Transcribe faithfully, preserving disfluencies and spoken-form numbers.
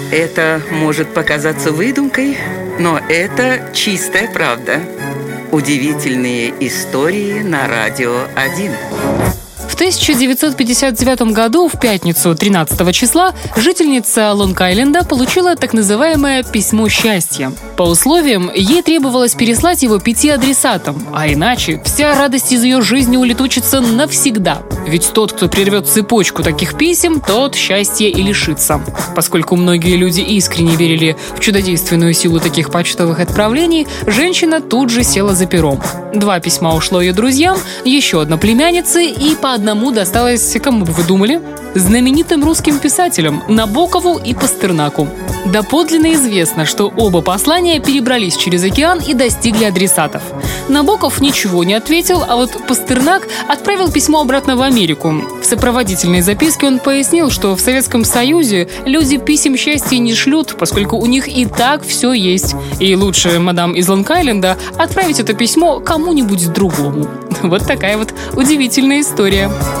Это может показаться выдумкой, но это чистая правда. Удивительные истории на Радио один. В тысяча девятьсот пятьдесят девятом году, в пятницу тринадцатого числа, жительница Лонг-Айленда получила так называемое «письмо счастья». По условиям, ей требовалось переслать его пяти адресатам, а иначе вся радость из ее жизни улетучится навсегда. Ведь тот, кто прервет цепочку таких писем, тот счастья и лишится. Поскольку многие люди искренне верили в чудодейственную силу таких почтовых отправлений, женщина тут же села за пером. Два письма ушло ее друзьям, еще одно племяннице, и по одному досталось, кому бы вы думали? Знаменитым русским писателям Набокову и Пастернаку. Доподлинно известно, что оба послания перебрались через океан и достигли адресатов. Набоков ничего не ответил, а вот Пастернак отправил письмо обратно в Америку. В сопроводительной записке он пояснил, что в Советском Союзе люди писем счастья не шлют, поскольку у них и так все есть. И лучше мадам из Лонг-Айленда отправить это письмо кому-нибудь другому. Вот такая вот удивительная история.